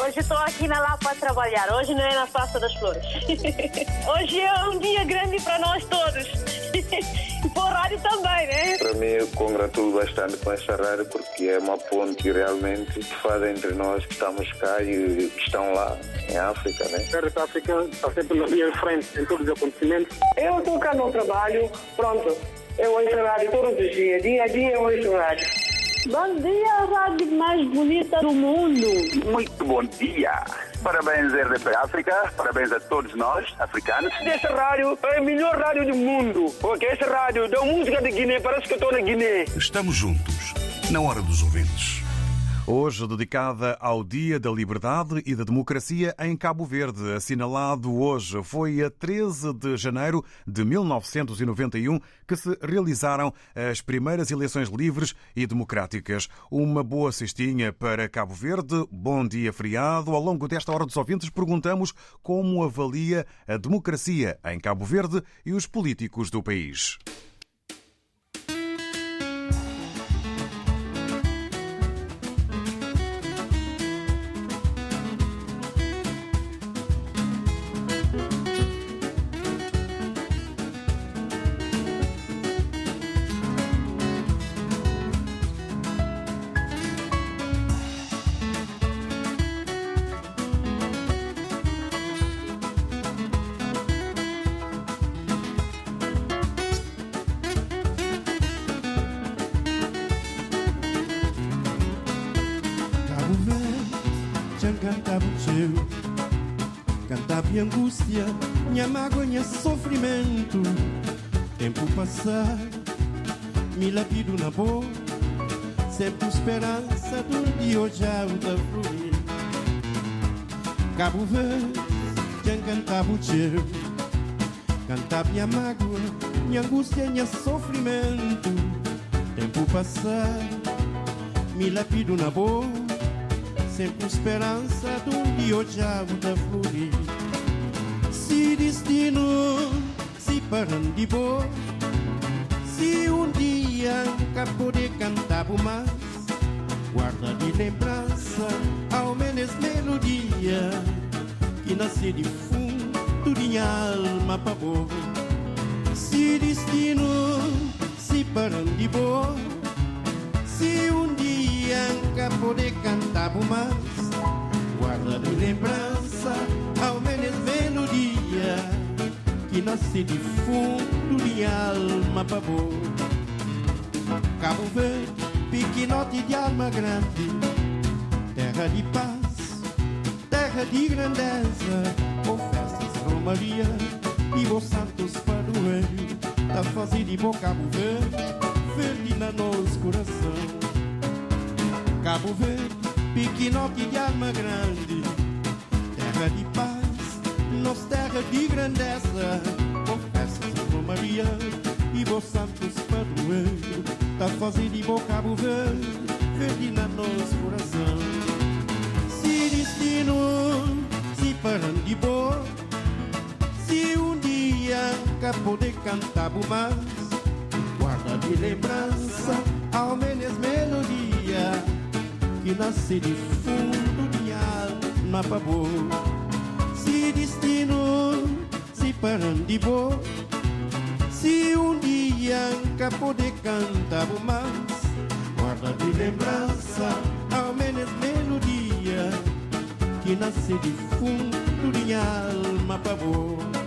Hoje estou aqui na Lapa a trabalhar. Hoje não é na Praça das Flores. Hoje é um dia grande para nós todos. E para o rádio também, né? Para mim, eu congratulo bastante com esta rádio porque é uma ponte realmente que faz entre nós que estamos cá e que estão lá em África, né? A África está sempre na linha de frente em todos os acontecimentos. Eu estou cá no trabalho, pronto. Eu ouço rádio todos os dias. Dia a dia eu ouço rádio. Bom dia, a rádio mais bonita do mundo. Muito bom dia. Parabéns, RDP África. Parabéns a todos nós, africanos. Esta rádio é a melhor rádio do mundo. Porque esta rádio dá música de Guiné, parece que eu estou na Guiné. Estamos juntos, na hora dos ouvintes. Hoje dedicada ao Dia da Liberdade e da Democracia em Cabo Verde, assinalado hoje. Foi a 13 de janeiro de 1991 que se realizaram as primeiras eleições livres e democráticas. Uma boa cestinha para Cabo Verde. Bom dia, feriado. Ao longo desta Hora dos Ouvintes perguntamos como avalia a democracia em Cabo Verde e os políticos do país. Cantava minha angústia, minha mágoa, minha sofrimento. Tempo passar, me lapido na boa, sempre esperança de um dia hoje a fluir. Cabo Verde, quem cantava o teu, cantava minha mágoa, minha angústia, minha sofrimento. Tempo passar, me lapido na boa, sempre esperança de um dia hoje a fluir. Se destino se param de boa, se um dia nunca poder cantar mais, guarda de lembrança ao menos melodia que nasce de fundo de minha alma para boa. Se destino se param de boa, se um dia nunca poder cantar mais, guarda de lembrança ao menos melodia que nasce de fundo de alma para boa. Cabo Verde, pequenote de alma grande, terra de paz, terra de grandeza, oh festas, romaria e vos santos padroeiros, tá fazendo de boa Cabo Verde, verde na nosso coração. Cabo Verde, pequenote de alma grande, terra de paz, nossa terra de grandeza, com festas de Maria e vos santos padroeiros, tá fazendo de bom Cabo Verde, verde na nosso coração. Se destino se param de boa, se um dia nunca poder cantar mais, guarda de lembrança ao menos melodia que nasce de fundo de alma para boa. Se destino se param de boa, se um dia nunca poder cantar mais, guarda de lembrança ao menos melodia que nasce de fundo de alma para boa.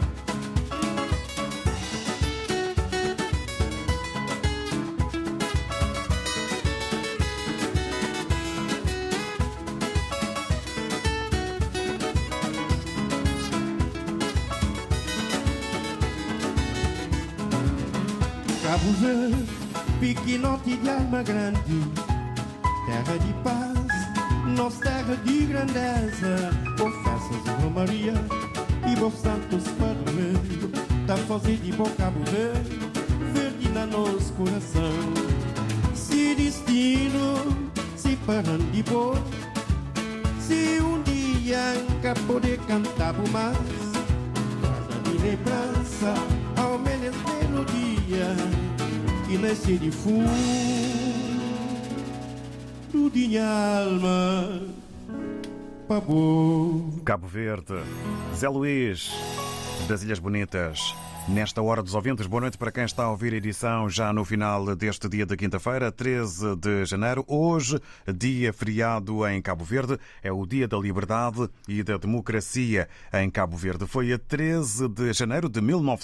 Cabo Verde, pequenote de alma grande, terra de paz, nossa terra de grandeza, com festas de romaria e bons santos padroeiros, tá fazendo de bom Cabo Verde, verde na nosso coração. Se destino se param de boa, se um dia nunca poder cantar mais, guarda de lembrança ao menos melodia que nasce de fundo de minha alma Cabo Verde, Zé Luís, das Ilhas Bonitas. Nesta hora dos ouvintes, boa noite para quem está a ouvir a edição já no final deste dia de quinta-feira, 13 de janeiro. Hoje, dia feriado em Cabo Verde, é o Dia da Liberdade e da Democracia em Cabo Verde. Foi a 13 de janeiro de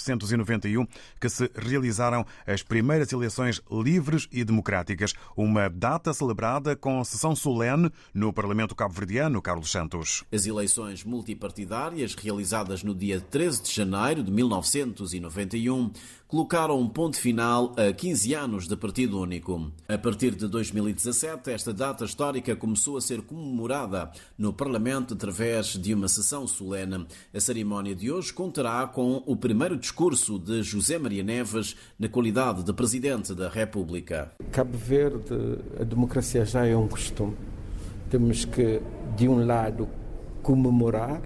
1991 que se realizaram as primeiras eleições livres e democráticas. Uma data celebrada com sessão solene no Parlamento cabo-verdiano, Carlos Santos. As eleições multipartidárias realizadas no dia 13 de janeiro de 1991 colocaram um ponto final a 15 anos de partido único. A partir de 2017, esta data histórica começou a ser comemorada no Parlamento através de uma sessão solene. A cerimónia de hoje contará com o primeiro discurso de José Maria Neves na qualidade de Presidente da República. Cabo Verde, a democracia já é um costume. Temos que, de um lado, comemorar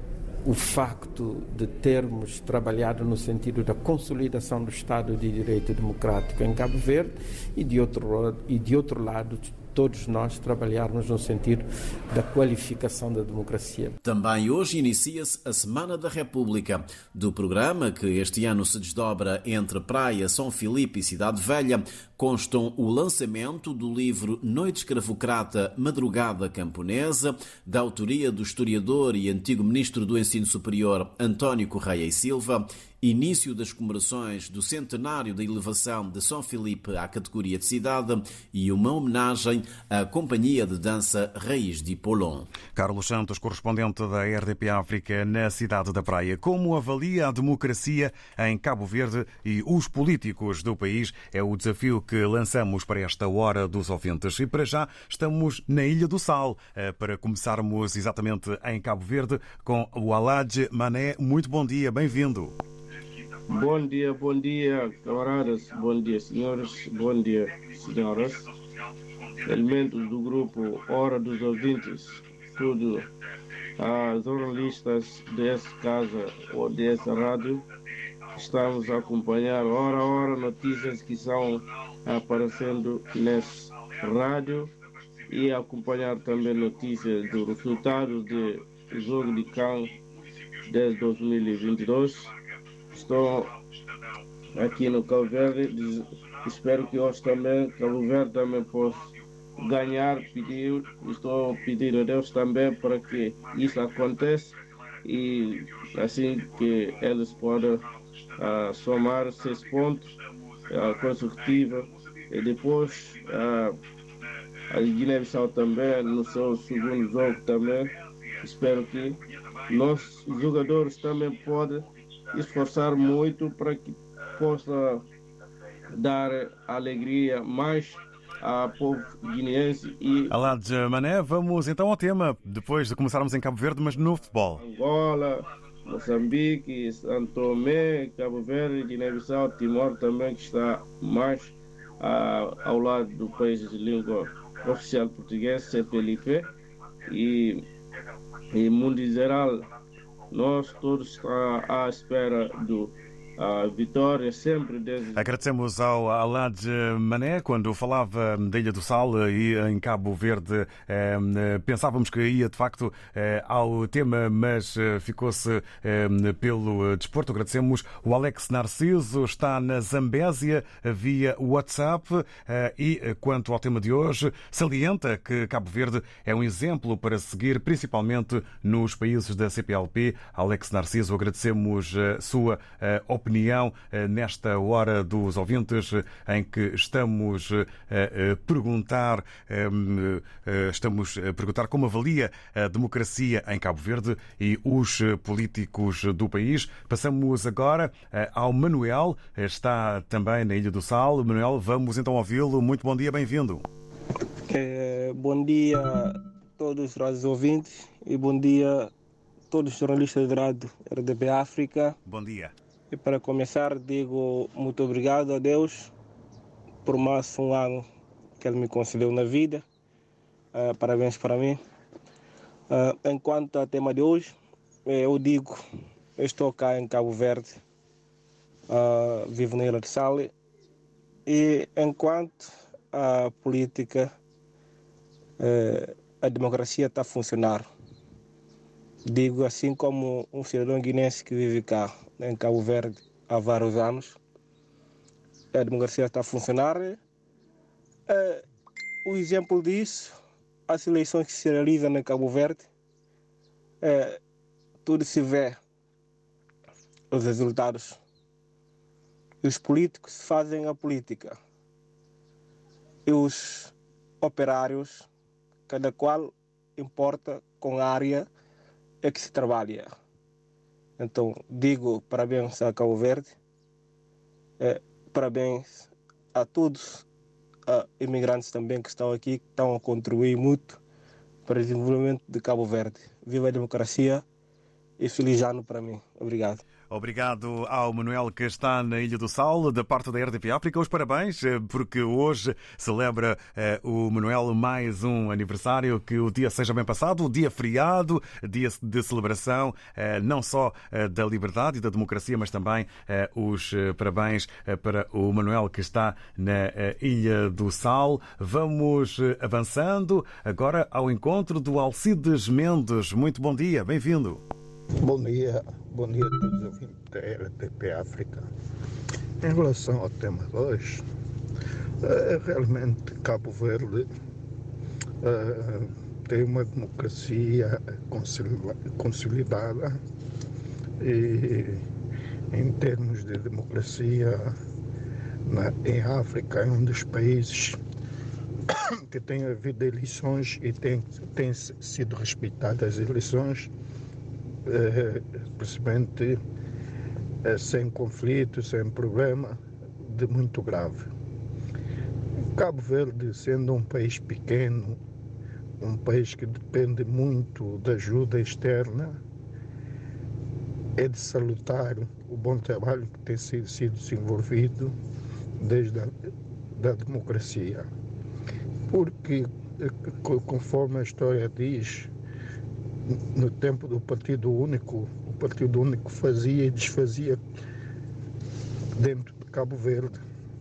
o facto de termos trabalhado no sentido da consolidação do Estado de Direito Democrático em Cabo Verde e de outro lado, todos nós trabalharmos no sentido da qualificação da democracia. Também hoje inicia-se a Semana da República. Do programa, que este ano se desdobra entre Praia, São Filipe e Cidade Velha, constam o lançamento do livro Noite Escravocrata, Madrugada Camponesa, da autoria do historiador e antigo ministro do Ensino Superior António Correia e Silva, início das comemorações do centenário da elevação de São Filipe à categoria de cidade e uma homenagem à Companhia de Dança Raiz de Polon. Carlos Santos, correspondente da RDP África na cidade da Praia. Como avalia a democracia em Cabo Verde e os políticos do país? É o desafio que lançamos para esta hora dos ouvintes. E para já estamos na Ilha do Sal, para começarmos exatamente em Cabo Verde com o Aladj Mané. Muito bom dia, bem-vindo. Bom dia, camaradas, bom dia, senhores, bom dia, senhoras. Elementos do grupo Hora dos Ouvintes, tudo, as jornalistas dessa casa ou dessa rádio, estamos a acompanhar hora a hora notícias que estão aparecendo nessa rádio e acompanhar também notícias do resultado do jogo de CAN desde 2022. Estou aqui no Cabo Verde, espero que hoje também Cabo Verde também possa ganhar, estou a pedir a Deus também para que isso aconteça e assim que eles possam somar 6 pontos consecutivos e depois a Guiné-Bissau também no seu segundo jogo também. Espero que nossos jogadores também podem esforçar muito para que possa dar alegria mais ao povo guineense. E Aladj Mané, vamos então ao tema, depois de começarmos em Cabo Verde, mas no futebol. Angola, Moçambique, São Tomé, Cabo Verde, Guiné-Bissau, Timor também, que está mais ao lado do país de língua oficial português, CPLP, e mundo em geral. Nós todos estamos à espera da vitória, sempre desde... Agradecemos ao Aladj Mané. Quando falava da Ilha do Sal e em Cabo Verde, pensávamos que ia de facto ao tema, mas ficou-se pelo desporto. Agradecemos o Alex Narciso, está na Zambésia via WhatsApp e quanto ao tema de hoje, salienta que Cabo Verde é um exemplo para seguir, principalmente nos países da CPLP. Alex Narciso, agradecemos a sua opinião nesta hora dos ouvintes em que estamos a perguntar como avalia a democracia em Cabo Verde e os políticos do país. Passamos agora ao Manuel, está também na Ilha do Sal. Manuel, vamos então ouvi-lo. Muito bom dia, bem-vindo. Bom dia a todos os ouvintes e bom dia todos os jornalistas da rádio RDP África. Bom dia. E para começar, digo muito obrigado a Deus por mais um ano que Ele me concedeu na vida. Parabéns para mim. Enquanto ao tema de hoje, eu digo, eu estou cá em Cabo Verde, vivo na Ilha do Sal, e enquanto a política, a democracia está a funcionar. Digo assim como um cidadão guinense que vive cá, em Cabo Verde, há vários anos. A democracia está a funcionar. O exemplo disso, as eleições que se realizam em Cabo Verde, tudo se vê, os resultados. Os políticos fazem a política. E os operários, cada qual importa com a área é que se trabalha. Então, digo parabéns a Cabo Verde, parabéns a todos os imigrantes também que estão aqui, que estão a contribuir muito para o desenvolvimento de Cabo Verde. Viva a democracia e feliz ano para mim. Obrigado. Obrigado ao Manuel que está na Ilha do Sal, da parte da RDP África. Os parabéns, porque hoje celebra o Manuel mais um aniversário. Que o dia seja bem passado, o dia feriado, dia de celebração, não só da liberdade e da democracia, mas também os parabéns para o Manuel que está na Ilha do Sal. Vamos avançando agora ao encontro do Alcides Mendes. Muito bom dia, bem-vindo. Bom dia a todos os ouvintes da RDP África. Em relação ao tema de hoje, realmente Cabo Verde tem uma democracia consolidada e em termos de democracia em África é um dos países que tem havido eleições e tem sido respeitadas as eleições, principalmente sem conflito, sem problema de muito grave. Cabo Verde, sendo um país pequeno, um país que depende muito da ajuda externa, é de salutar o bom trabalho que tem sido desenvolvido desde a democracia. Porque, conforme a história diz, no tempo do Partido Único, o Partido Único fazia e desfazia dentro de Cabo Verde.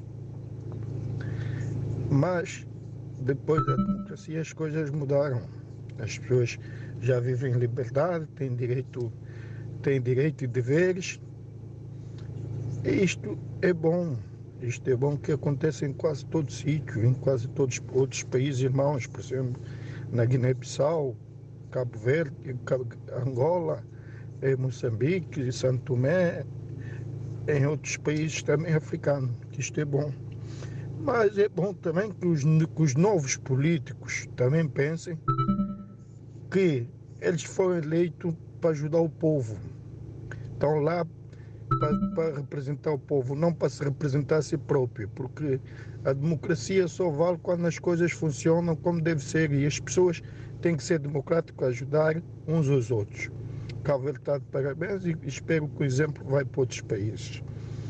Mas, depois da democracia, as coisas mudaram. As pessoas já vivem em liberdade, têm direito e deveres. E isto é bom. Isto é bom que acontece em quase todo sítio, em quase todos os outros países irmãos, por exemplo, na Guiné-Bissau, Cabo Verde, Angola, em Moçambique, São Tomé, em outros países também africanos, que isto é bom. Mas é bom também que os novos políticos também pensem que eles foram eleitos para ajudar o povo. Estão lá para representar o povo, não para se representar a si próprio, porque a democracia só vale quando as coisas funcionam como deve ser e as pessoas têm que ser democráticas, ajudar uns aos outros. Cabo Verde está de parabéns e espero que o exemplo vai para outros países.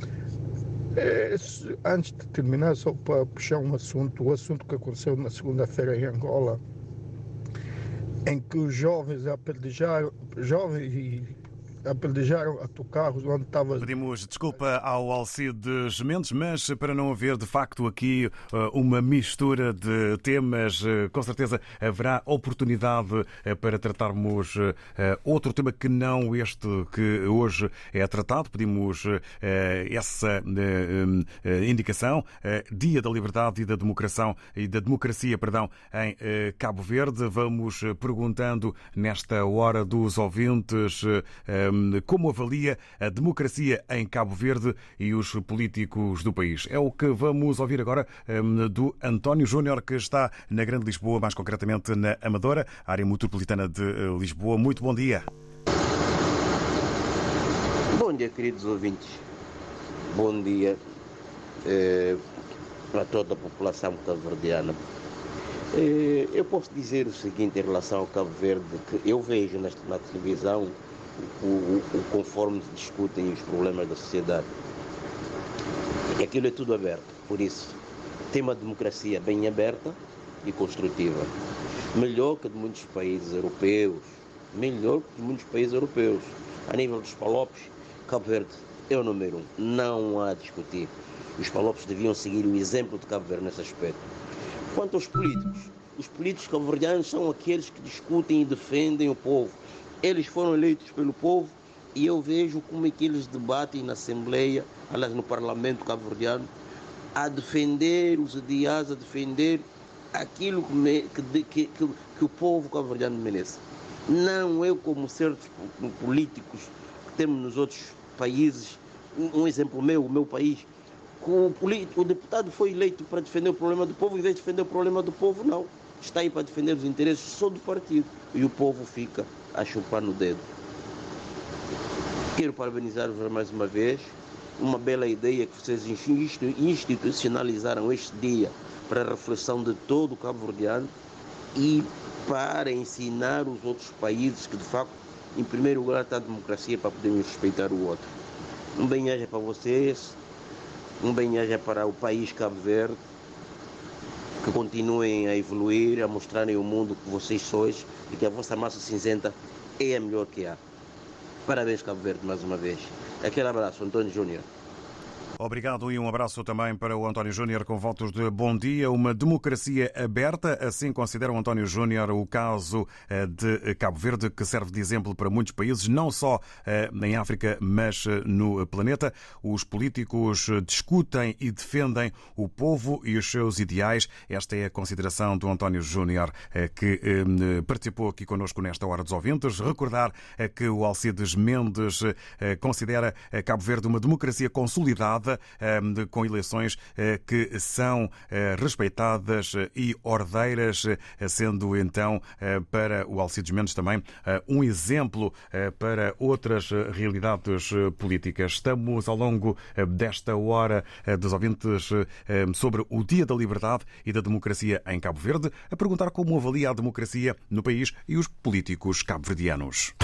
Antes de terminar, só para puxar o assunto que aconteceu na segunda-feira em Angola, em que os jovens apedrejaram autocarros onde estava... Pedimos desculpa ao Alcides Mendes, mas para não haver de facto aqui uma mistura de temas, com certeza haverá oportunidade para tratarmos outro tema que não este que hoje é tratado. Pedimos essa indicação, Dia da Liberdade e da Democracia, em Cabo Verde. Vamos perguntando nesta hora dos ouvintes como avalia a democracia em Cabo Verde e os políticos do país. É o que vamos ouvir agora do António Júnior, que está na Grande Lisboa, mais concretamente na Amadora, área metropolitana de Lisboa. Muito bom dia. Bom dia, queridos ouvintes. Bom dia para toda a população cabo-verdiana. Eu posso dizer o seguinte em relação ao Cabo Verde, que eu vejo na televisão conforme se discutem os problemas da sociedade. E aquilo é tudo aberto, por isso tem uma democracia bem aberta e construtiva. Melhor que de muitos países europeus. A nível dos palopes, Cabo Verde é o número 1, não há a discutir. Os palopes deviam seguir o exemplo de Cabo Verde nesse aspecto. Quanto aos políticos, os políticos cabo-verdianos são aqueles que discutem e defendem o povo. Eles foram eleitos pelo povo e eu vejo como é que eles debatem na Assembleia, aliás, no Parlamento cabo-verdiano, a defender os ideais, a defender aquilo que o povo cabo-verdiano merece. Não eu, como certos políticos que temos nos outros países, um exemplo meu, o meu país, o deputado foi eleito para defender o problema do povo, em vez de defender o problema do povo, não. Está aí para defender os interesses só do partido. E o povo fica a chupar no dedo. Quero parabenizar-vos mais uma vez. Uma bela ideia que vocês institucionalizaram este dia para a reflexão de todo o cabo-verdiano e para ensinar os outros países que, de facto, em primeiro lugar está a democracia para podermos respeitar o outro. Um bem-aja para vocês, um bem-aja para o país Cabo Verde, que continuem a evoluir, a mostrarem ao mundo que vocês sois e que a vossa massa cinzenta é a melhor que há. Parabéns, Cabo Verde, mais uma vez. Aquele abraço, António Júnior. Obrigado e um abraço também para o António Júnior com votos de bom dia. Uma democracia aberta, assim considera o António Júnior o caso de Cabo Verde, que serve de exemplo para muitos países, não só em África, mas no planeta. Os políticos discutem e defendem o povo e os seus ideais. Esta é a consideração do António Júnior, que participou aqui connosco nesta Hora dos Ouvintes. Recordar que o Alcides Mendes considera Cabo Verde uma democracia consolidada, com eleições que são respeitadas e ordeiras, sendo então para o Alcides Mendes também um exemplo para outras realidades políticas. Estamos ao longo desta Hora dos Ouvintes sobre o Dia da Liberdade e da Democracia em Cabo Verde, a perguntar como avalia a democracia no país e os políticos cabo-verdianos.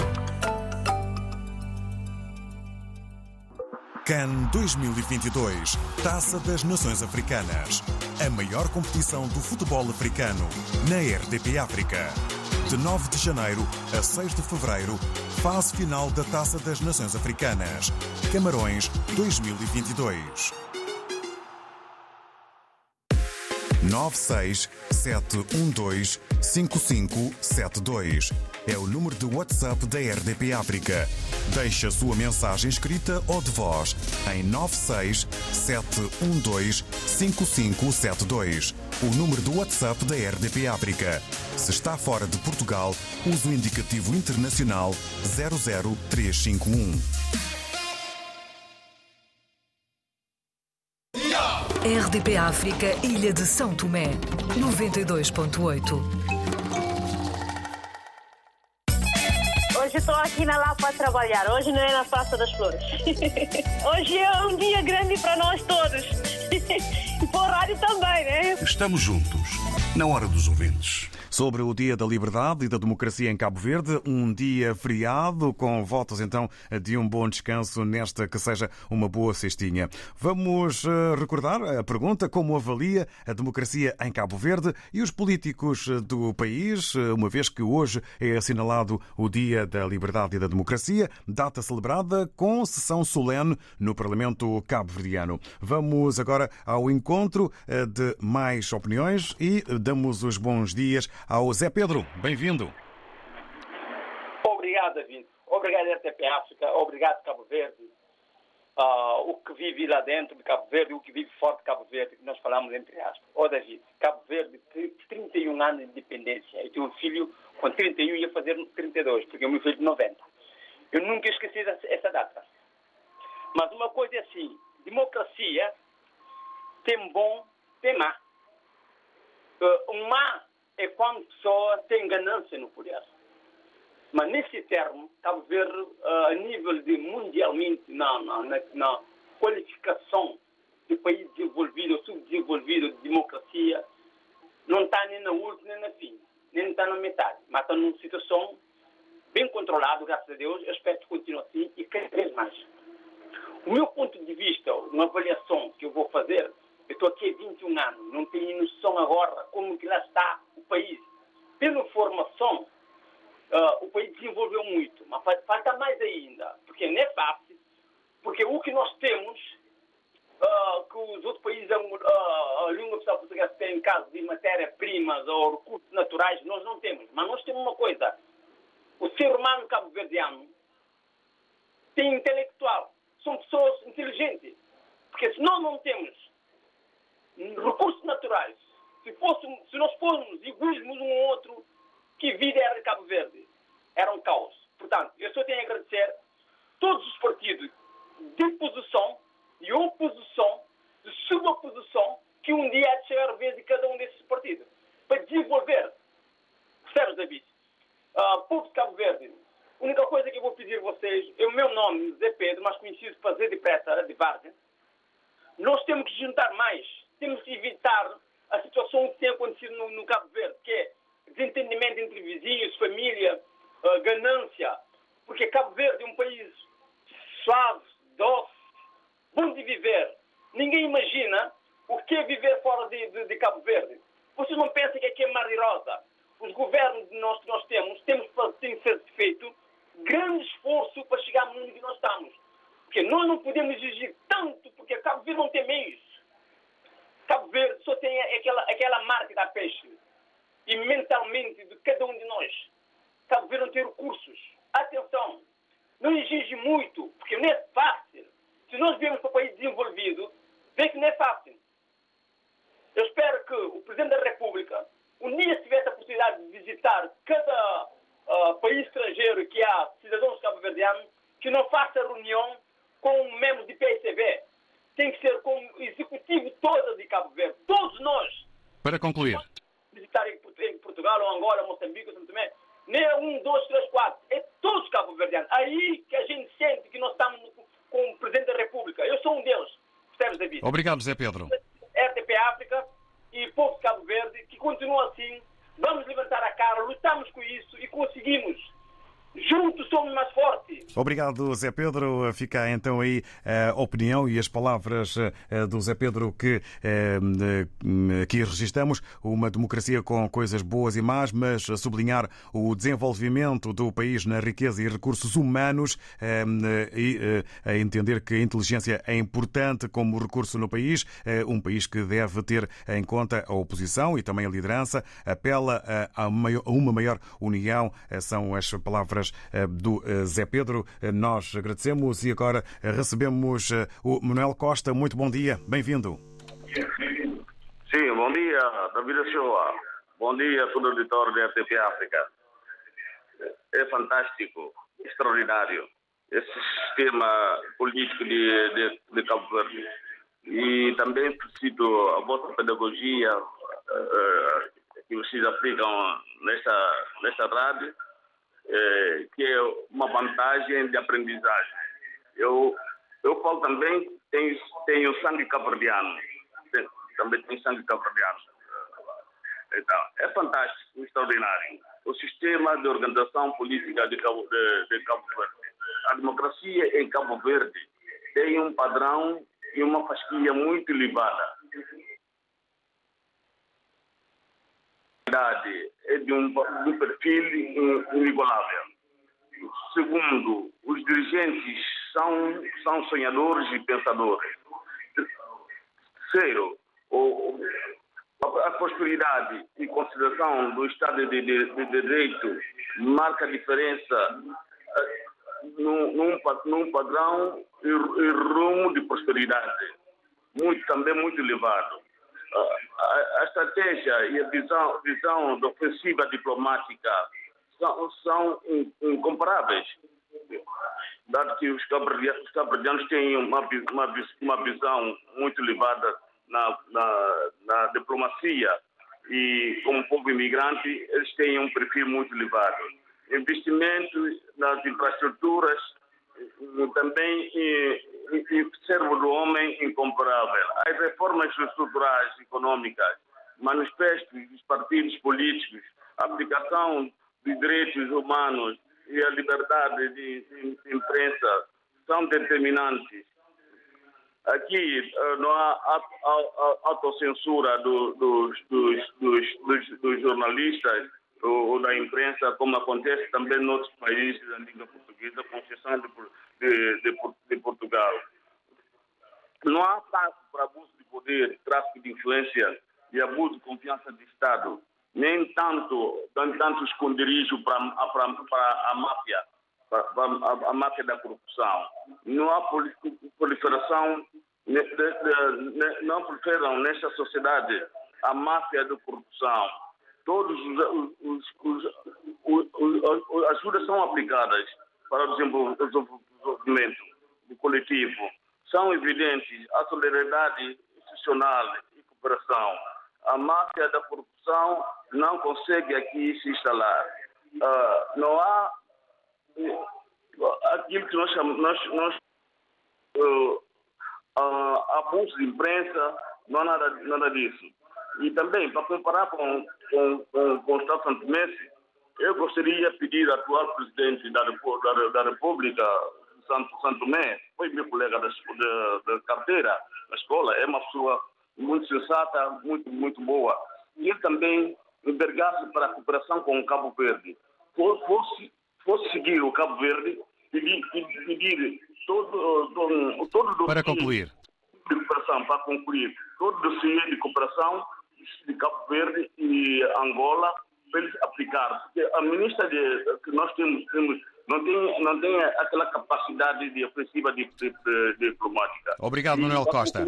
CAN 2022, Taça das Nações Africanas. A maior competição do futebol africano na RDP África. De 9 de janeiro a 6 de fevereiro, fase final da Taça das Nações Africanas. Camarões 2022. 967125572 é o número de WhatsApp da RDP África. Deixe a sua mensagem escrita ou de voz em 967125572, o número do WhatsApp da RDP África. Se está fora de Portugal, use o indicativo internacional 00351. RDP África, Ilha de São Tomé, 92.8. Hoje estou aqui na Lapa a trabalhar, hoje não é na Praça das Flores. Hoje é um dia grande para nós todos. E para o rádio também, né? Estamos juntos, na Hora dos Ouvintes. Sobre o Dia da Liberdade e da Democracia em Cabo Verde, um dia feriado, com votos então de um bom descanso nesta que seja uma boa cestinha. Vamos recordar a pergunta: como avalia a democracia em Cabo Verde e os políticos do país, uma vez que hoje é assinalado o Dia da Liberdade e da Democracia, data celebrada com sessão solene no Parlamento cabo-verdiano. Vamos agora ao encontro de mais opiniões e damos os bons dias ao Zé Pedro. Bem-vindo. Obrigado, David. Obrigado, RTP África. Obrigado, Cabo Verde. O que vive lá dentro de Cabo Verde e o que vive fora de Cabo Verde, que nós falamos entre aspas. David, Cabo Verde tem 31 anos de independência. Eu tenho um filho com 31 e ia fazer 32, porque o meu filho de 90. Eu nunca esqueci essa data. Mas uma coisa é assim, democracia tem bom, tem má. O má é quando a pessoa tem ganância no poder. Mas nesse termo, Cabo Verde, a nível de mundialmente, na qualificação de país desenvolvido ou subdesenvolvido de democracia, não está nem na última nem na fim, nem está na metade. Mas está numa situação bem controlada, graças a Deus. Eu espero que continue assim e cada vez mais. O meu ponto de vista, uma avaliação que eu vou fazer, eu estou aqui há 21 anos, não tenho noção agora como que lá está o país. Pela formação, o país desenvolveu muito, mas falta mais ainda, porque não é fácil, porque o que nós temos, que os outros países, a língua oficial portuguesa tem em caso de matéria-primas ou recursos naturais, nós não temos. Mas nós temos uma coisa, O ser humano cabo-verdiano tem intelectual. São pessoas inteligentes. Porque se nós não temos recursos naturais, se nós fôssemos egoísmos um ao outro, que vida era de Cabo Verde? Era um caos. Portanto, eu só tenho a agradecer todos os partidos de posição, de oposição, de suboposição, que um dia há de chegar a vez de cada um desses partidos, para desenvolver. Percebes, David? Povo de Cabo Verde, a única coisa que eu vou pedir a vocês, é o meu nome, Zé Pedro, mais conhecido para Zé de Preta, de Várzea. Nós temos que juntar mais, temos que evitar a situação que tem acontecido no Cabo Verde, que é desentendimento entre vizinhos, família, ganância, porque Cabo Verde é um país suave, doce, bom de viver. Ninguém imagina o que é viver fora de Cabo Verde. Vocês não pensam que aqui é mar e rosa. Os governos que nós temos que ser feito grande esforço para chegarmos onde nós estamos. Porque nós não podemos exigir tanto, porque Cabo Verde não tem meios. Cabo Verde só tem aquela marca da peixe. E mentalmente de cada um de nós. Cabo Verde não tem recursos. Atenção, não exige muito, porque não é fácil. Se nós viemos para um país desenvolvido, vê que não é fácil. Eu espero que o Presidente da República, um dia tivesse a oportunidade de visitar cada país estrangeiro que há cidadãos cabo-verdianos, que não faça reunião com membros de PSV. Tem que ser com o executivo todo de Cabo Verde. Todos nós. Para concluir. Visitar em Portugal, ou Angola, Moçambique, São Tomé. Nem é 1, 2, 3, 4. É todos cabo-verdianos. Aí que a gente sente que nós estamos com o Presidente da República. Eu sou um deles. Percebes, David? Obrigado, Zé Pedro. RTP África e povo de Cabo Verde, que continua assim. Vamos levantar a cara, lutamos com isso e conseguimos. Juntos somos mais fortes. Obrigado, Zé Pedro. Fica então aí a opinião e as palavras do Zé Pedro que aqui registramos. Uma democracia com coisas boas e más, mas sublinhar o desenvolvimento do país na riqueza e recursos humanos e a entender que a inteligência é importante como recurso no país. Um país que deve ter em conta a oposição e também a liderança. Apela a uma maior união. São as palavras do Zé Pedro. Nós agradecemos e agora recebemos o Manuel Costa. Muito bom dia, bem-vindo. Sim, bom dia, David Shoa. Bom dia, todo o auditório da RTP África. É fantástico, extraordinário, esse sistema político de Cabo Verde. E também preciso a vossa pedagogia que vocês aplicam nesta rádio, que é uma vantagem de aprendizagem. Eu falo também, tenho sangue cabo-verdiano. Também tenho sangue cabo-verdiano. Então, é fantástico, extraordinário. O sistema de organização política de Cabo Verde. A democracia em Cabo Verde tem um padrão e uma fasquia muito elevada. É de um perfil inigualável. Segundo, os dirigentes são sonhadores e pensadores. Terceiro, a prosperidade e consideração do Estado de Direito marca a diferença num padrão e rumo de prosperidade também muito elevado. A estratégia e a visão da ofensiva diplomática são incomparáveis, dado que os cabo-verdianos têm uma visão muito elevada na diplomacia e, como povo imigrante, eles têm um perfil muito elevado. Investimento nas infraestruturas, também e servo do homem incomparável. As reformas estruturais econômicas, manifestos dos partidos políticos, a aplicação dos direitos humanos e a liberdade de imprensa são determinantes. Aqui não há autocensura dos jornalistas ou da imprensa, como acontece também em outros países da língua portuguesa, com exceção de Portugal. Não há espaço para abuso de poder, tráfico de influência e abuso de confiança do Estado. nem tanto esconderijo para a máfia, para a máfia da corrupção. Não há proliferação, não proliferam nesta sociedade a máfia da corrupção. Todas as ajudas são aplicadas para o desenvolvimento do coletivo. São evidentes a solidariedade institucional e cooperação. A máfia da corrupção não consegue aqui se instalar. Não há aquilo que nós chamamos abuso de imprensa, não há nada disso. E também, para comparar com o Estado santomense, eu gostaria de pedir ao atual presidente da República, Santo Tomé, foi meu colega da carteira da escola, é uma pessoa muito sensata, muito boa. E ele também envergasse para a cooperação com o Cabo Verde. Fosse seguir o Cabo Verde, pedir todo para concluir. De cooperação, para concluir, todo o dossiê de cooperação de Cabo Verde e Angola, para eles aplicar. Porque a ministra que nós temos não tem aquela capacidade de ofensiva diplomática. Obrigado, Manuel Costa.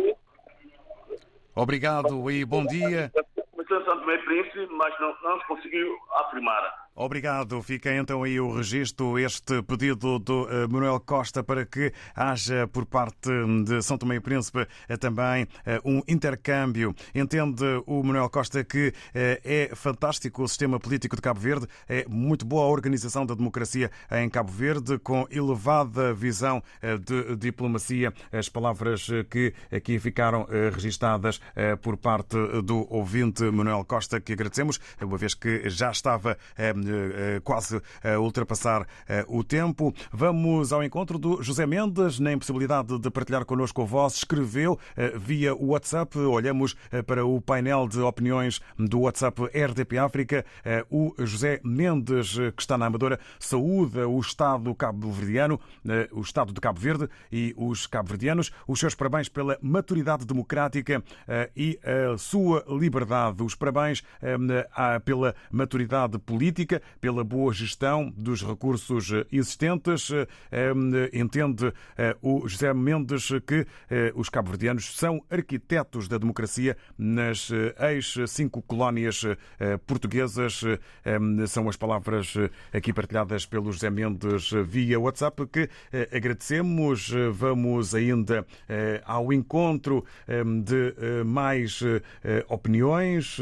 Obrigado e bom dia. Santo Tomé e Príncipe, mas não se conseguiu afirmar. Obrigado. Fica então aí o registro, este pedido do Manuel Costa para que haja por parte de São Tomé e Príncipe também um intercâmbio. Entende o Manuel Costa que é fantástico o sistema político de Cabo Verde, é muito boa a organização da democracia em Cabo Verde, com elevada visão de diplomacia. As palavras que aqui ficaram registadas por parte do ouvinte Manuel Costa, que agradecemos, uma vez que já estava quase a ultrapassar o tempo. Vamos ao encontro do José Mendes, na impossibilidade de partilhar connosco a voz, escreveu via WhatsApp. Olhamos para o painel de opiniões do WhatsApp RDP África. O José Mendes, que está na Amadora, saúda o Estado cabo-verdiano, o Estado de Cabo Verde e os cabo-verdianos. Os seus parabéns pela maturidade democrática e a sua liberdade. Os parabéns pela maturidade política, pela boa gestão dos recursos existentes. Entende o José Mendes que os cabo-verdianos são arquitetos da democracia nas ex-5 colónias portuguesas. São as palavras aqui partilhadas pelo José Mendes via WhatsApp, que agradecemos. Vamos ainda ao encontro de mais opiniões.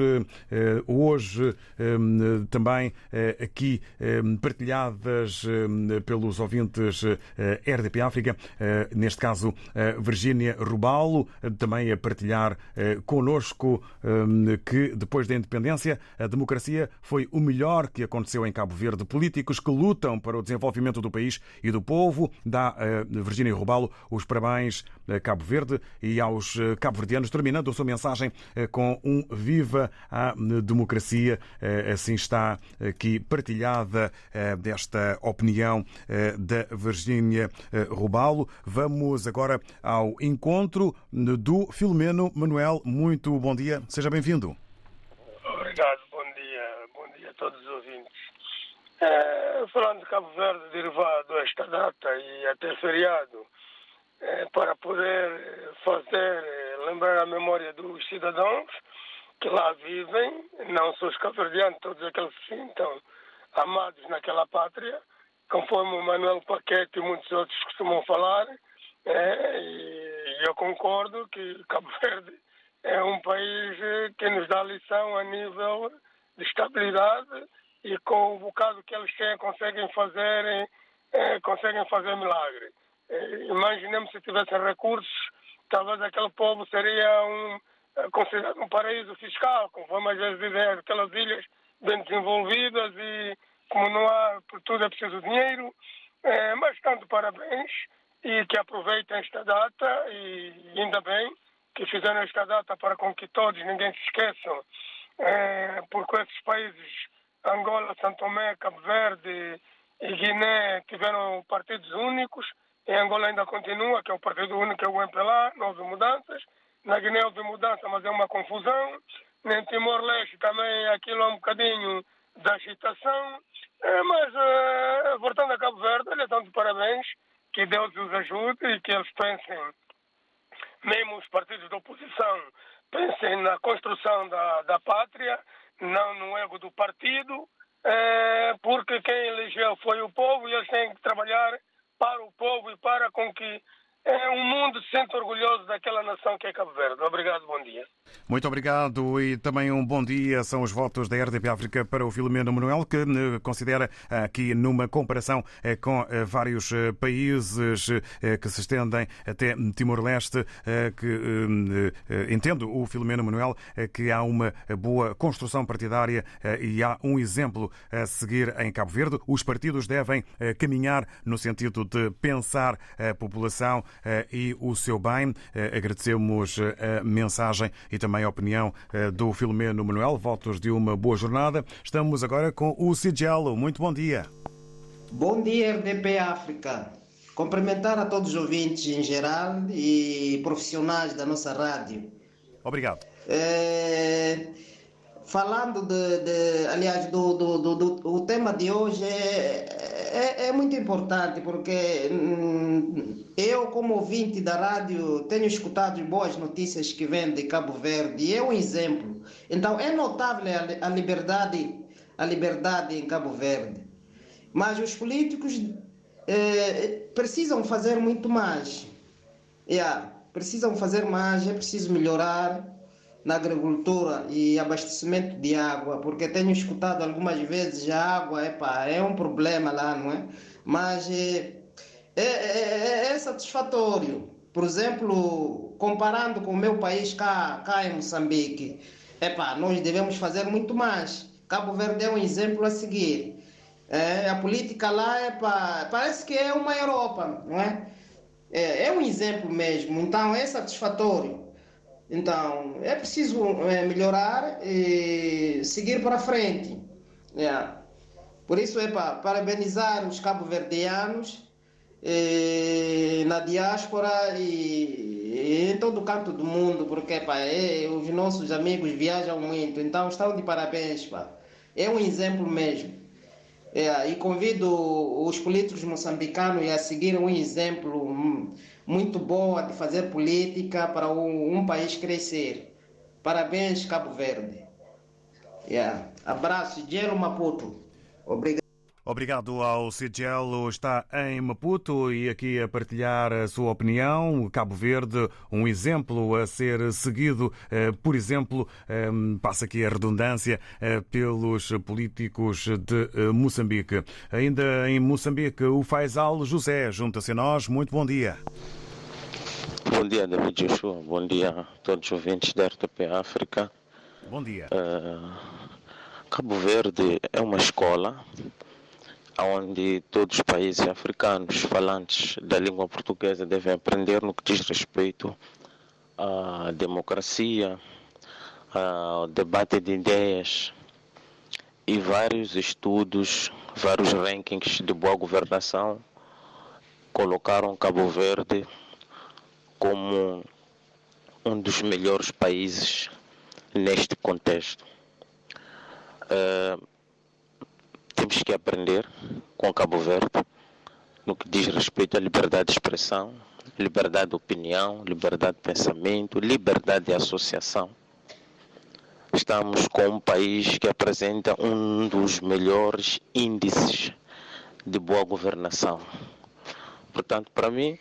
Hoje também aqui partilhadas pelos ouvintes RDP África, neste caso Virgínia Rubalo, também a partilhar connosco que depois da independência a democracia foi o melhor que aconteceu em Cabo Verde. Políticos que lutam para o desenvolvimento do país e do povo. Dá Virgínia Rubalo os parabéns a Cabo Verde e aos cabo-verdianos, terminando a sua mensagem com um viva à democracia. Assim está aqui partilhada desta opinião da Virgínia Rubalo. Vamos agora ao encontro do Filomeno Manuel. Muito bom dia, seja bem-vindo. Obrigado, bom dia a todos os ouvintes. Falando de Cabo Verde, derivado a esta data e até feriado, para poder lembrar a memória dos cidadãos que lá vivem, não só os cabo-verdianos, todos aqueles que se sintam amados naquela pátria, conforme o Manuel Paquete e muitos outros costumam falar, e eu concordo que Cabo Verde é um país que nos dá lição a nível de estabilidade e com o bocado que eles têm conseguem fazer milagre. Imaginemos se tivessem recursos, talvez aquele povo seria considerado um paraíso fiscal, conforme às vezes dizem aquelas ilhas bem desenvolvidas e como não há, por tudo é preciso dinheiro, mas tanto parabéns e que aproveitem esta data e ainda bem que fizeram esta data para com que todos, ninguém se esqueçam, porque esses países, Angola, São Tomé, Cabo Verde e Guiné tiveram partidos únicos, em Angola ainda continua, que é o partido único, é o MPLA, não houve mudanças. Na Guiné houve mudança, mas é uma confusão. em Timor-Leste também aquilo é um bocadinho da agitação, mas voltando a Cabo Verde, ele dá de parabéns, que Deus os ajude e que eles pensem, mesmo os partidos da oposição, pensem na construção da pátria, não no ego do partido, porque quem elegeu foi o povo e eles têm que trabalhar para o povo e para com que o mundo se sinta orgulhoso daquela nação que é Cabo Verde. Obrigado, bom dia. Muito obrigado e também um bom dia. São os votos da RDP África para o Filomeno Manuel, que considera aqui numa comparação com vários países que se estendem até Timor-Leste, que entendo o Filomeno Manuel que há uma boa construção partidária e há um exemplo a seguir em Cabo Verde. Os partidos devem caminhar no sentido de pensar a população e o seu bem. Agradecemos a mensagem e também a opinião do Filomeno Manuel. Votos de uma boa jornada. Estamos agora com o Sigelo. Muito bom dia. Bom dia, RDP África. Cumprimentar a todos os ouvintes em geral e profissionais da nossa rádio. Obrigado. Falando aliás, o tema de hoje é muito importante, porque eu, como ouvinte da rádio, tenho escutado boas notícias que vêm de Cabo Verde e é um exemplo. Então, é notável a liberdade em Cabo Verde. Mas os políticos precisam fazer muito mais. Precisam fazer mais, é preciso melhorar na agricultura e abastecimento de água, porque tenho escutado algumas vezes a água é um problema lá, não é? Mas é satisfatório. Por exemplo, comparando com o meu país cá em Moçambique, nós devemos fazer muito mais. Cabo Verde é um exemplo a seguir. A política lá parece que é uma Europa, não é? É um exemplo mesmo, então é satisfatório. Então, é preciso melhorar e seguir para frente. Por isso, parabenizar os cabo-verdianos na diáspora e em todo o canto do mundo, porque os nossos amigos viajam muito, então estão de parabéns. É um exemplo mesmo. E convido os políticos moçambicanos a seguir um exemplo muito bom de fazer política para um país crescer. Parabéns, Cabo Verde. Abraço, Gelo Maputo. Obrigado. Obrigado ao Sigelo, está em Maputo e aqui a partilhar a sua opinião. Cabo Verde, um exemplo a ser seguido, por exemplo, passa aqui a redundância, pelos políticos de Moçambique. Ainda em Moçambique, o Faisal José junta-se a nós. Muito bom dia. Bom dia, David Joshua. Bom dia a todos os ouvintes da RTP África. Bom dia. Cabo Verde é uma escola onde todos os países africanos falantes da língua portuguesa devem aprender no que diz respeito à democracia, ao debate de ideias e vários estudos, vários rankings de boa governação colocaram Cabo Verde como um dos melhores países neste contexto. Temos que aprender com Cabo Verde no que diz respeito à liberdade de expressão, liberdade de opinião, liberdade de pensamento, liberdade de associação. Estamos com um país que apresenta um dos melhores índices de boa governação. Portanto, para mim,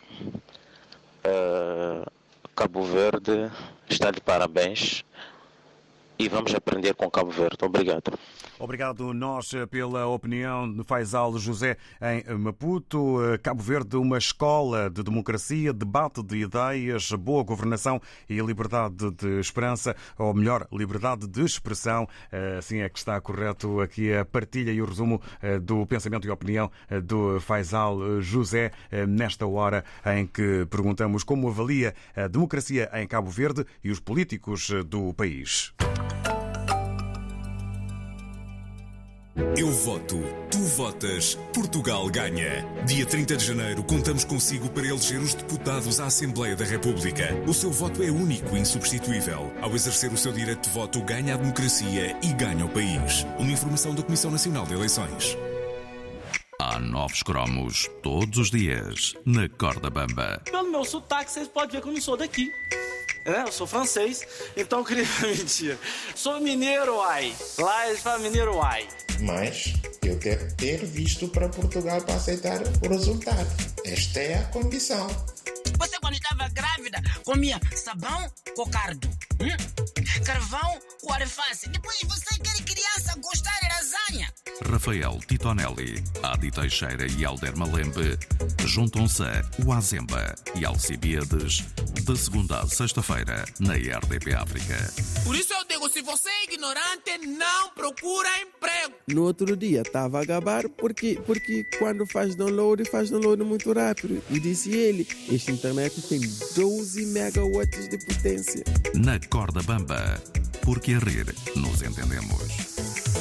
Cabo Verde está de parabéns e vamos aprender com Cabo Verde. Obrigado. Obrigado nós pela opinião de Faisal José em Maputo. Cabo Verde, uma escola de democracia, debate de ideias, boa governação e liberdade de esperança, ou melhor, liberdade de expressão. Assim é que está correto aqui a partilha e o resumo do pensamento e opinião do Faisal José nesta hora em que perguntamos como avalia a democracia em Cabo Verde e os políticos do país. Eu voto, tu votas, Portugal ganha. Dia 30 de janeiro contamos consigo para eleger os deputados à Assembleia da República. O seu voto é único e insubstituível. Ao exercer o seu direito de voto, ganha a democracia e ganha o país. Uma informação da Comissão Nacional de Eleições. Há novos cromos todos os dias na Corda Bamba. Pelo meu sotaque, vocês podem ver que eu não sou daqui. Eu sou francês, então eu queria mentir. Sou mineiro, ai. Lá eles falam mineiro, ai. Mas eu quero ter visto para Portugal para aceitar o resultado. Esta é a condição. Você, quando estava grávida, comia sabão com cardo, carvão com alface. Depois você quer criança gostar de lasanha. Rafael Titonelli, Adi Teixeira e Alder Malembe juntam-se a Oazemba e Alcibiades de segunda a sexta-feira na RDP África. Por isso eu digo, se você é ignorante, não procura emprego. No outro dia estava a gabar porque quando faz download muito rápido. E disse ele, este internet tem 12 megawatts de potência. Na Corda Bamba, porque a rir nos entendemos.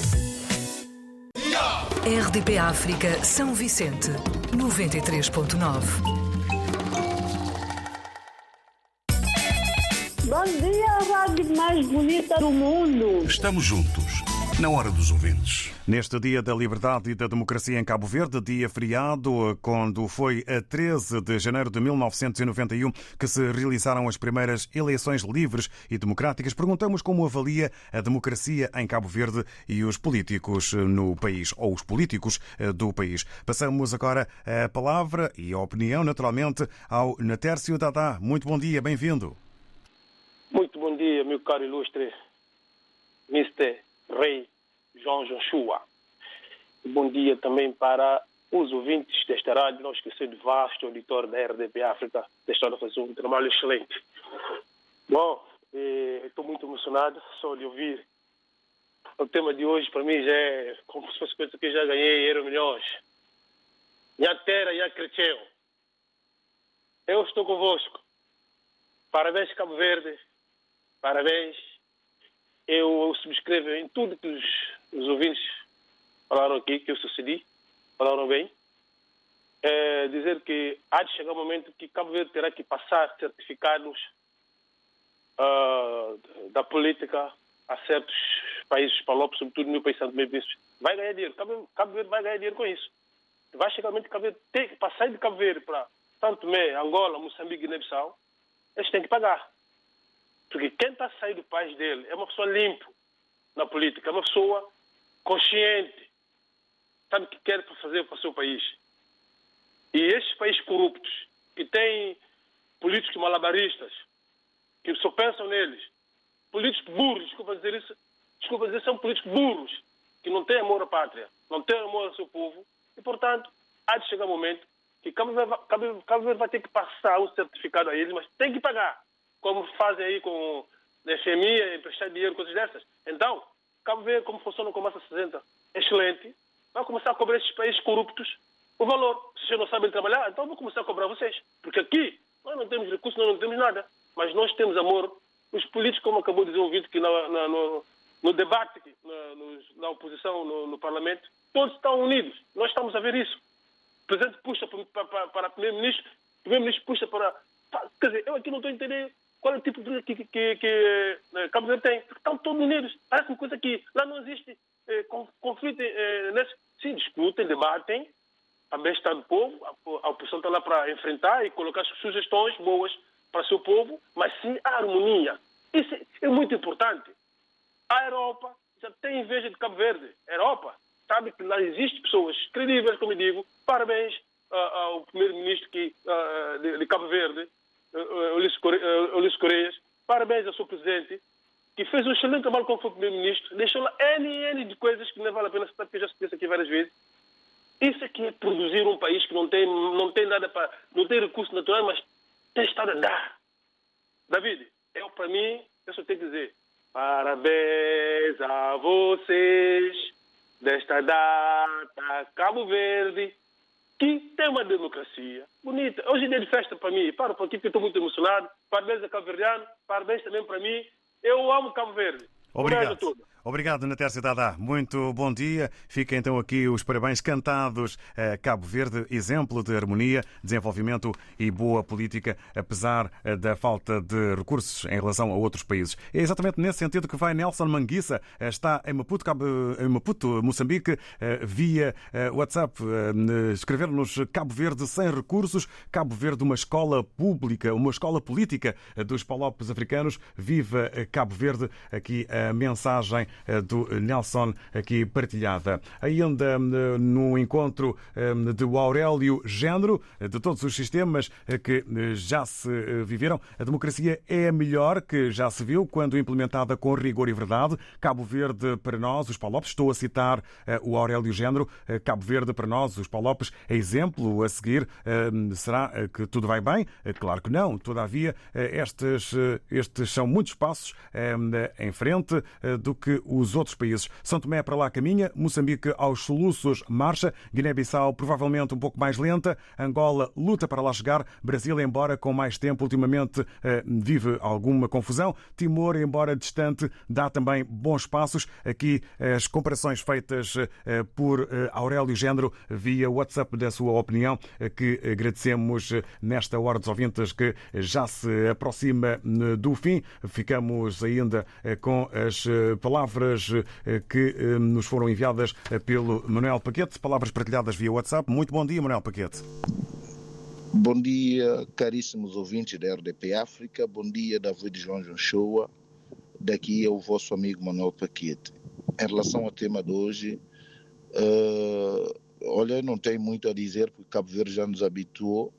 RDP África São Vicente, 93.9. Bom dia, a rádio mais bonita do mundo. Estamos juntos, na hora dos ouvintes. Neste Dia da Liberdade e da Democracia em Cabo Verde, dia feriado, quando foi a 13 de janeiro de 1991 que se realizaram as primeiras eleições livres e democráticas, perguntamos como avalia a democracia em Cabo Verde e os políticos no país, ou os políticos do país. Passamos agora a palavra e a opinião, naturalmente, ao Natércio Dadá. Muito bom dia, bem-vindo. Muito bom dia, meu caro ilustre Mr. Rei João Joshua. Bom dia também para os ouvintes desta rádio, não esquecer de vasto auditor da RDP África, que está a fazer um trabalho excelente. Bom, estou muito emocionado só de ouvir. O tema de hoje, para mim, já é como se fosse coisa que eu já ganhei €milhões. Minha terra já cresceu. Eu estou convosco. Parabéns, Cabo Verde. Parabéns. Eu subscrevo em tudo que os ouvintes falaram aqui, que eu sucedi, falaram bem. Dizer que há de chegar um momento que Cabo Verde terá que passar certificados da política a certos países palopes, sobretudo no meu país, Santo Tomé e Príncipe. Vai ganhar dinheiro. Cabo Verde vai ganhar dinheiro com isso. Vai chegar um momento que Cabo Verde tem que passar de Cabo Verde para Santo Tomé, Angola, Moçambique e Guiné-Bissau. Eles têm que pagar. Porque quem está a sair do país dele é uma pessoa limpa na política, é uma pessoa consciente, sabe o que quer fazer para o seu país. E esses países corruptos, que têm políticos malabaristas, que só pensam neles, políticos burros, desculpa dizer, são políticos burros, que não têm amor à pátria, não têm amor ao seu povo, e, portanto, há de chegar um momento que Cabo Verde vai ter que passar um certificado a eles, mas tem que pagar. Como fazem aí com a FMI, emprestar dinheiro, coisas dessas. Então, Cabo Verde, como funciona com a massa 60, excelente, vai começar a cobrar esses países corruptos o valor. Se vocês não sabem trabalhar, então vou começar a cobrar vocês. Porque aqui, nós não temos recursos, nós não temos nada, mas nós temos amor. Os políticos, como acabou de dizer um vídeo que no debate, na oposição, no Parlamento, todos estão unidos. Nós estamos a ver isso. O Presidente puxa para o Primeiro-Ministro, o Primeiro-Ministro puxa para... Quer dizer, eu aqui não estou a entender qual é o tipo de que Cabo Verde tem. Porque estão todos unidos. Parece uma coisa que lá não existe conflito. Sim, discutem, debatem. A bem-estar do povo. A oposição está lá para enfrentar e colocar sugestões boas para o seu povo. Mas sim a harmonia. Isso é muito importante. A Europa já tem inveja de Cabo Verde. A Europa sabe que lá existem pessoas credíveis, como eu digo. Parabéns ao primeiro-ministro de Cabo Verde, Ulisses Correias. Parabéns ao seu presidente, que fez um excelente trabalho como foi primeiro-ministro. Deixou lá N de coisas que não vale a pena citar, porque eu já citei isso aqui várias vezes. Isso aqui é produzir um país que não tem nada para... Não tem recursos naturais, mas tem estado a dar. David, para mim, eu só tenho que dizer parabéns a vocês desta data, Cabo Verde, que tem uma democracia bonita. Hoje é dia de festa para mim. Para aqui que eu estou muito emocionado. Parabéns a Cabo Verdeano. Parabéns também para mim. Eu amo Cabo Verde. Obrigado. Obrigado, Natércia Dadá. Muito bom dia. Fica então aqui os parabéns cantados a Cabo Verde, exemplo de harmonia, desenvolvimento e boa política, apesar da falta de recursos em relação a outros países. É exatamente nesse sentido que vai Nelson Manguissa. Está em Maputo, Moçambique, via WhatsApp, escrever-nos: Cabo Verde sem recursos, Cabo Verde uma escola pública, uma escola política dos palopes africanos. Viva Cabo Verde. Aqui a mensagem do Nelson aqui partilhada. Ainda no encontro do Aurélio Género, de todos os sistemas que já se viveram, a democracia é a melhor que já se viu quando implementada com rigor e verdade. Cabo Verde para nós, os palopes, estou a citar o Aurélio Género, Cabo Verde para nós, os palopes, é exemplo a seguir. Será que tudo vai bem? Claro que não. Todavia, estes são muitos passos em frente do que os outros países. São Tomé para lá caminha, Moçambique aos soluços marcha, Guiné-Bissau provavelmente um pouco mais lenta, Angola luta para lá chegar, Brasil, embora com mais tempo, ultimamente vive alguma confusão, Timor, embora distante, dá também bons passos. Aqui as comparações feitas por Aurélio Género via WhatsApp da sua opinião, que agradecemos nesta hora dos ouvintes que já se aproxima do fim. Ficamos ainda com as palavras que nos foram enviadas pelo Manuel Paquete, palavras partilhadas via WhatsApp. Muito bom dia, Manuel Paquete. Bom dia, caríssimos ouvintes da RDP África. Bom dia, David João Shoa. Daqui é o vosso amigo Manuel Paquete. Em relação ao tema de hoje, olha, não tenho muito a dizer, porque Cabo Verde já nos habituou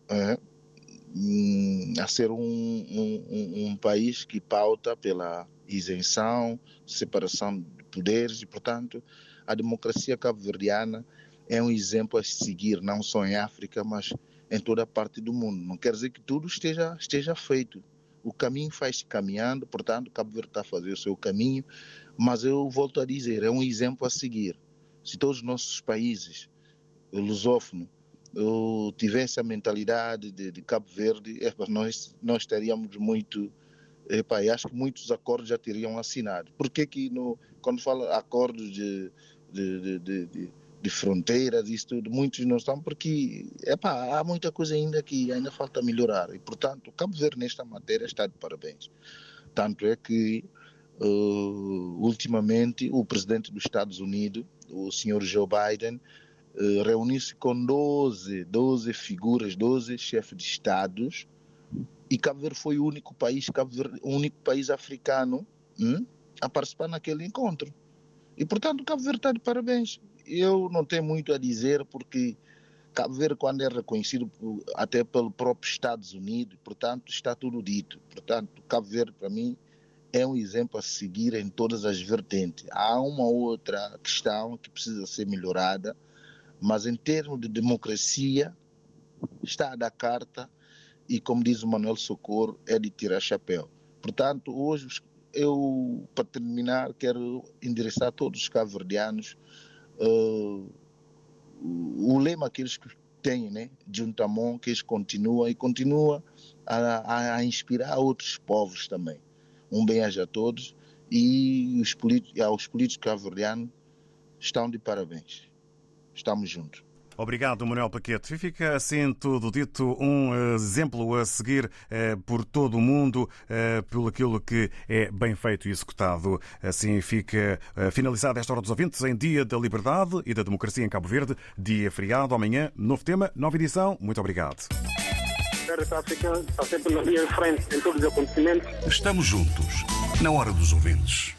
a ser um país que pauta pela isenção, separação de poderes e, portanto, a democracia cabo-verdiana é um exemplo a seguir, não só em África, mas em toda a parte do mundo. Não quer dizer que tudo esteja feito. O caminho faz-se caminhando, portanto, Cabo Verde está a fazer o seu caminho, mas eu volto a dizer, é um exemplo a seguir. Se todos os nossos países lusófonos tivessem a mentalidade de Cabo Verde, nós teríamos muito... acho que muitos acordos já teriam assinado. Por que quando fala acordos de fronteiras, isso tudo, muitos não estão, porque há muita coisa ainda que ainda falta melhorar. E, portanto, Cabo Verde nesta matéria está de parabéns. Tanto é que, ultimamente, o presidente dos Estados Unidos, o senhor Joe Biden, reuniu-se com 12 figuras, 12 chefes de Estados, e Cabo Verde foi o único país africano a participar naquele encontro. E, portanto, Cabo Verde está de parabéns. Eu não tenho muito a dizer, porque Cabo Verde, quando é reconhecido até pelo próprio Estados Unidos, portanto, está tudo dito. Portanto, Cabo Verde, para mim, é um exemplo a seguir em todas as vertentes. Há uma outra questão que precisa ser melhorada, mas em termos de democracia, está a dar carta. E, como diz o Manuel Socorro, é de tirar chapéu. Portanto, hoje, eu, para terminar, quero endereçar a todos os cabo-verdianos o lema que eles têm, né, de Juntamon, que eles continuam a inspirar outros povos também. Um bem-aja a todos, e aos políticos cabo-verdianos estão de parabéns. Estamos juntos. Obrigado, Manuel Paquete. Fica assim tudo dito, um exemplo a seguir por todo o mundo, pelo aquilo que é bem feito e executado. Assim fica finalizada esta Hora dos Ouvintes em Dia da Liberdade e da Democracia em Cabo Verde, dia feriado. Amanhã, novo tema, nova edição. Muito obrigado. Está sempre na linha de frente em todos os acontecimentos. Estamos juntos, na Hora dos Ouvintes.